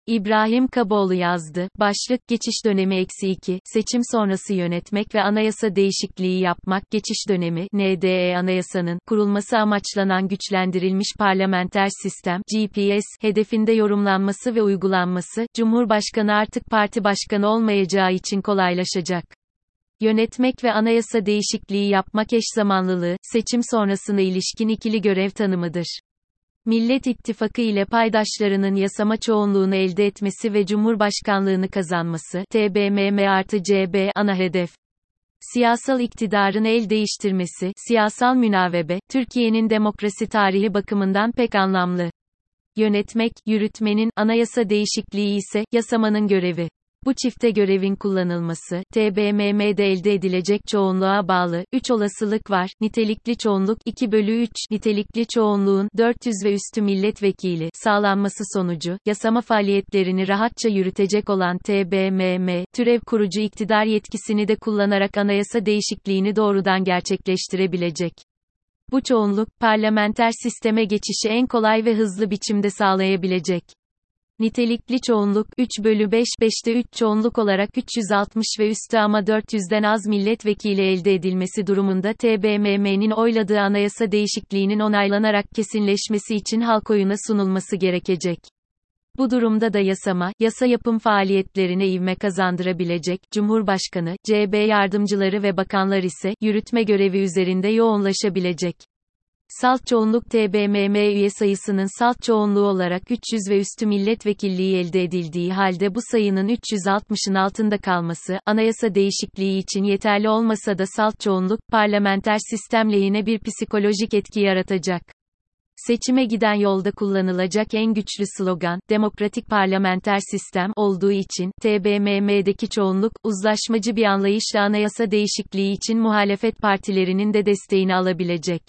İbrahim Kaboğlu yazdı. Başlık, Geçiş dönemi -2, seçim sonrası yönetmek ve anayasa değişikliği yapmak. Geçiş dönemi, NDE anayasanın, kurulması amaçlanan güçlendirilmiş parlamenter sistem, GPS, hedefinde yorumlanması ve uygulanması, Cumhurbaşkanı artık parti başkanı olmayacağı için kolaylaşacak. Yönetmek ve anayasa değişikliği yapmak eş zamanlılığı, seçim sonrasına ilişkin ikili görev tanımıdır. Millet İttifakı ile paydaşlarının yasama çoğunluğunu elde etmesi ve Cumhurbaşkanlığını kazanması, TBMM+CB ana hedef. Siyasal iktidarın el değiştirmesi, siyasal münavebe, Türkiye'nin demokrasi tarihi bakımından pek anlamlı. Yönetmek, yürütmenin, anayasa değişikliği ise, yasamanın görevi. Bu çifte görevin kullanılması, TBMM'de elde edilecek çoğunluğa bağlı, 3 olasılık var, nitelikli çoğunluk 2/3, nitelikli çoğunluğun 400 ve üstü milletvekili sağlanması sonucu, yasama faaliyetlerini rahatça yürütecek olan TBMM, türev kurucu iktidar yetkisini de kullanarak anayasa değişikliğini doğrudan gerçekleştirebilecek. Bu çoğunluk, parlamenter sisteme geçişi en kolay ve hızlı biçimde sağlayabilecek. Nitelikli çoğunluk, 3/5, 5'te 3 çoğunluk olarak 360 ve üstü ama 400'den az milletvekili elde edilmesi durumunda TBMM'nin oyladığı anayasa değişikliğinin onaylanarak kesinleşmesi için halk oyuna sunulması gerekecek. Bu durumda da yasa yapım faaliyetlerine ivme kazandırabilecek, Cumhurbaşkanı, CB yardımcıları ve bakanlar ise, yürütme görevi üzerinde yoğunlaşabilecek. Salt çoğunluk TBMM üye sayısının salt çoğunluğu olarak 300 ve üstü milletvekilliği elde edildiği halde bu sayının 360'ın altında kalması, anayasa değişikliği için yeterli olmasa da salt çoğunluk, parlamenter sistem lehine bir psikolojik etki yaratacak. Seçime giden yolda kullanılacak en güçlü slogan, demokratik parlamenter sistem olduğu için, TBMM'deki çoğunluk, uzlaşmacı bir anlayışla anayasa değişikliği için muhalefet partilerinin de desteğini alabilecek.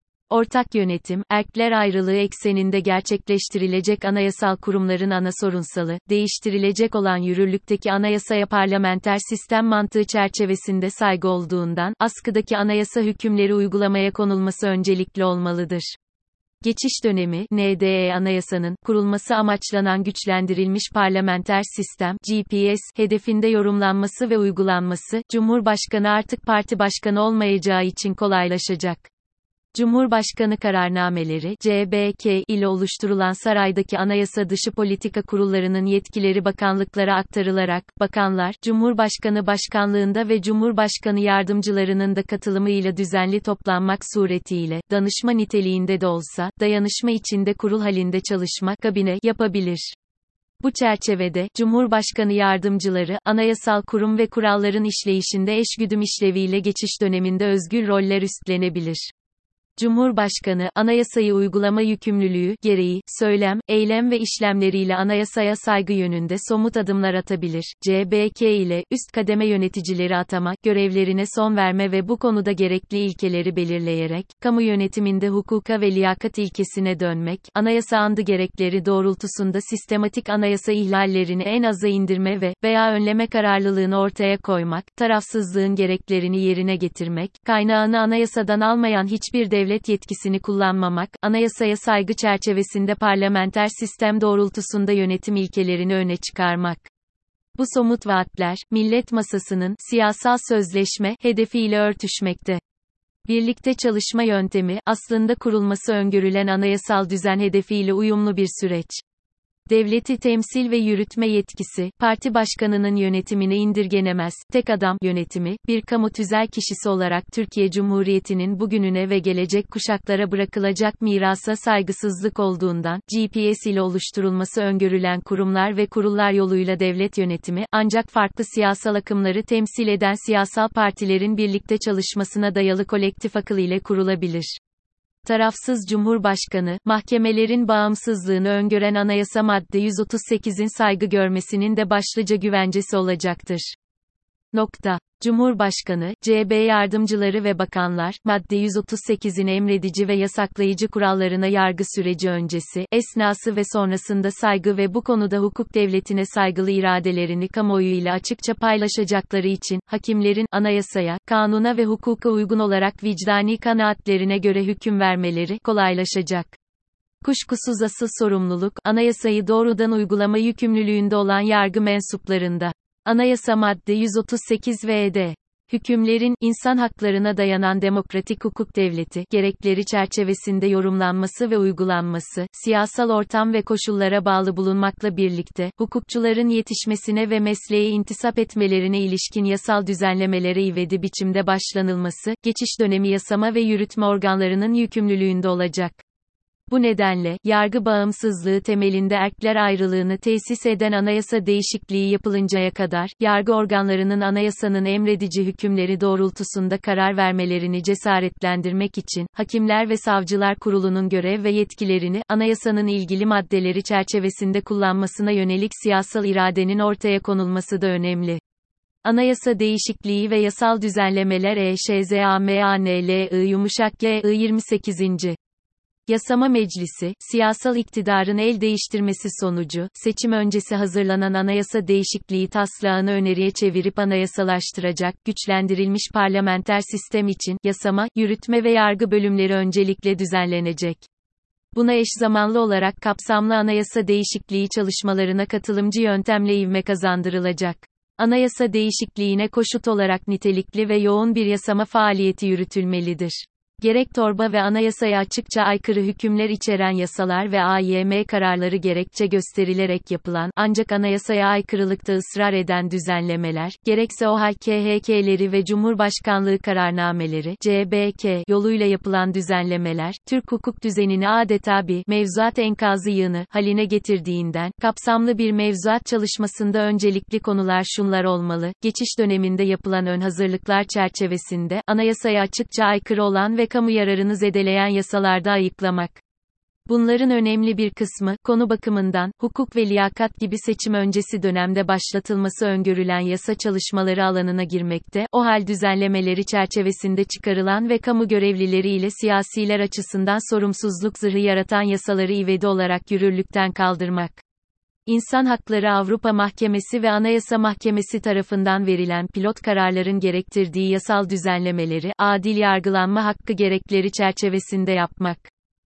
Ortak yönetim, erkler ayrılığı ekseninde gerçekleştirilecek anayasal kurumların ana sorunsalı, değiştirilecek olan yürürlükteki anayasaya parlamenter sistem mantığı çerçevesinde saygı olduğundan, askıdaki anayasa hükümleri uygulamaya konulması öncelikli olmalıdır. Geçiş dönemi, NDE anayasanın, kurulması amaçlanan güçlendirilmiş parlamenter sistem, GPS, hedefinde yorumlanması ve uygulanması, Cumhurbaşkanı artık parti başkanı olmayacağı için kolaylaşacak. Cumhurbaşkanı kararnameleri, CBK ile oluşturulan saraydaki anayasa dışı politika kurullarının yetkileri bakanlıklara aktarılarak, bakanlar, Cumhurbaşkanı başkanlığında ve Cumhurbaşkanı yardımcılarının da katılımıyla düzenli toplanmak suretiyle, danışma niteliğinde de olsa, dayanışma içinde kurul halinde çalışma, kabine, yapabilir. Bu çerçevede, Cumhurbaşkanı yardımcıları, anayasal kurum ve kuralların işleyişinde eşgüdüm işleviyle geçiş döneminde özgür roller üstlenebilir. Cumhurbaşkanı, anayasayı uygulama yükümlülüğü gereği, söylem, eylem ve işlemleriyle anayasaya saygı yönünde somut adımlar atabilir. CBK ile, üst kademe yöneticileri atama, görevlerine son verme ve bu konuda gerekli ilkeleri belirleyerek, kamu yönetiminde hukuka ve liyakat ilkesine dönmek, anayasa andı gerekleri doğrultusunda sistematik anayasa ihlallerini en aza indirme ve veya önleme kararlılığını ortaya koymak, tarafsızlığın gereklerini yerine getirmek, kaynağını anayasadan almayan hiçbir devlet yetkisini kullanmamak, anayasaya saygı çerçevesinde parlamenter sistem doğrultusunda yönetim ilkelerini öne çıkarmak. Bu somut vaatler, millet masasının, siyasal sözleşme, hedefiyle örtüşmekte. Birlikte çalışma yöntemi, aslında kurulması öngörülen anayasal düzen hedefiyle uyumlu bir süreç. Devleti temsil ve yürütme yetkisi, parti başkanının yönetimine indirgenemez, tek adam yönetimi, bir kamu tüzel kişisi olarak Türkiye Cumhuriyeti'nin bugününe ve gelecek kuşaklara bırakılacak mirasa saygısızlık olduğundan, GPS ile oluşturulması öngörülen kurumlar ve kurullar yoluyla devlet yönetimi, ancak farklı siyasal akımları temsil eden siyasal partilerin birlikte çalışmasına dayalı kolektif akıl ile kurulabilir. Tarafsız Cumhurbaşkanı, mahkemelerin bağımsızlığını öngören anayasa madde 138'in saygı görmesinin de başlıca güvencesi olacaktır. Cumhurbaşkanı, CB yardımcıları ve bakanlar, madde 138'in emredici ve yasaklayıcı kurallarına yargı süreci öncesi, esnası ve sonrasında saygı ve bu konuda hukuk devletine saygılı iradelerini kamuoyuyla açıkça paylaşacakları için, hakimlerin, anayasaya, kanuna ve hukuka uygun olarak vicdani kanaatlerine göre hüküm vermeleri, kolaylaşacak. Kuşkusuz asıl sorumluluk, anayasayı doğrudan uygulama yükümlülüğünde olan yargı mensuplarında. Anayasa madde 138 vd. Hükümlerin, insan haklarına dayanan demokratik hukuk devleti, gerekleri çerçevesinde yorumlanması ve uygulanması, siyasal ortam ve koşullara bağlı bulunmakla birlikte, hukukçuların yetişmesine ve mesleğe intisap etmelerine ilişkin yasal düzenlemelere ivedi biçimde başlanılması, geçiş dönemi yasama ve yürütme organlarının yükümlülüğünde olacak. Bu nedenle, yargı bağımsızlığı temelinde erkler ayrılığını tesis eden anayasa değişikliği yapılıncaya kadar, yargı organlarının anayasanın emredici hükümleri doğrultusunda karar vermelerini cesaretlendirmek için, Hakimler ve Savcılar Kurulu'nun görev ve yetkilerini, anayasanın ilgili maddeleri çerçevesinde kullanmasına yönelik siyasal iradenin ortaya konulması da önemli. Anayasa değişikliği ve yasal düzenlemeler EŞZAMANLI 28. Yasama Meclisi, siyasal iktidarın el değiştirmesi sonucu, seçim öncesi hazırlanan anayasa değişikliği taslağını öneriye çevirip anayasalaştıracak, güçlendirilmiş parlamenter sistem için, yasama, yürütme ve yargı bölümleri öncelikle düzenlenecek. Buna eş zamanlı olarak kapsamlı anayasa değişikliği çalışmalarına katılımcı yöntemle ivme kazandırılacak. Anayasa değişikliğine koşut olarak nitelikli ve yoğun bir yasama faaliyeti yürütülmelidir. Gerek torba ve anayasaya açıkça aykırı hükümler içeren yasalar ve AYM kararları gerekçe gösterilerek yapılan, ancak anayasaya aykırılıkta ısrar eden düzenlemeler, gerekse OHA KHK'leri ve Cumhurbaşkanlığı kararnameleri, CBK, yoluyla yapılan düzenlemeler, Türk hukuk düzenini adeta bir, mevzuat enkazı yığını, haline getirdiğinden, kapsamlı bir mevzuat çalışmasında öncelikli konular şunlar olmalı: geçiş döneminde yapılan ön hazırlıklar çerçevesinde, anayasaya açıkça aykırı olan ve kamu yararını zedeleyen yasalarda ayıklamak. Bunların önemli bir kısmı, konu bakımından, hukuk ve liyakat gibi seçim öncesi dönemde başlatılması öngörülen yasa çalışmaları alanına girmekte, o hal düzenlemeleri çerçevesinde çıkarılan ve kamu görevlileri ile siyasiler açısından sorumsuzluk zırhı yaratan yasaları ivedi olarak yürürlükten kaldırmak. İnsan Hakları Avrupa Mahkemesi ve Anayasa Mahkemesi tarafından verilen pilot kararların gerektirdiği yasal düzenlemeleri, adil yargılanma hakkı gerekleri çerçevesinde yapmak.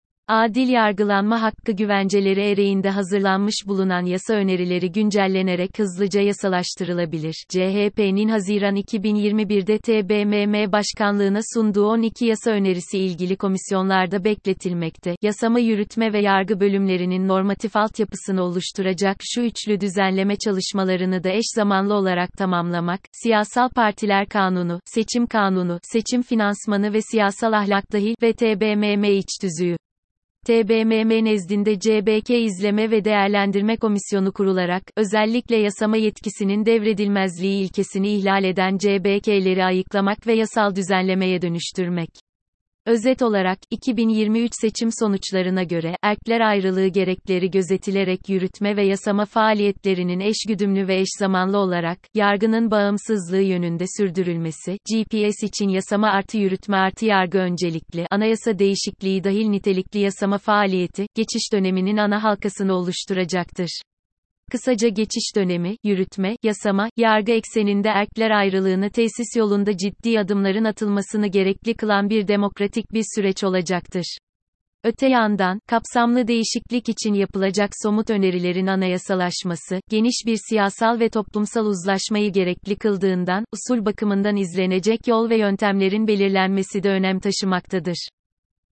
Adil yargılanma hakkı güvenceleri ereğinde hazırlanmış bulunan yasa önerileri güncellenerek hızlıca yasalaştırılabilir. CHP'nin Haziran 2021'de TBMM Başkanlığına sunduğu 12 yasa önerisi ilgili komisyonlarda bekletilmekte. Yasama, yürütme ve yargı bölümlerinin normatif altyapısını oluşturacak şu üçlü düzenleme çalışmalarını da eş zamanlı olarak tamamlamak, Siyasal Partiler Kanunu, Seçim Kanunu, Seçim Finansmanı ve Siyasal Ahlak dahil ve TBMM iç tüzüğü. TBMM nezdinde CBK İzleme ve Değerlendirme Komisyonu kurularak, özellikle yasama yetkisinin devredilmezliği ilkesini ihlal eden CBK'leri ayıklamak ve yasal düzenlemeye dönüştürmek. Özet olarak, 2023 seçim sonuçlarına göre, erkler ayrılığı gerekleri gözetilerek yürütme ve yasama faaliyetlerinin eşgüdümlü ve eşzamanlı olarak, yargının bağımsızlığı yönünde sürdürülmesi, GPS için yasama artı yürütme artı yargı öncelikli, anayasa değişikliği dahil nitelikli yasama faaliyeti, geçiş döneminin ana halkasını oluşturacaktır. Kısaca geçiş dönemi, yürütme, yasama, yargı ekseninde erkler ayrılığını tesis yolunda ciddi adımların atılmasını gerekli kılan bir demokratik bir süreç olacaktır. Öte yandan, kapsamlı değişiklik için yapılacak somut önerilerin anayasalaşması, geniş bir siyasal ve toplumsal uzlaşmayı gerekli kıldığından, usul bakımından izlenecek yol ve yöntemlerin belirlenmesi de önem taşımaktadır.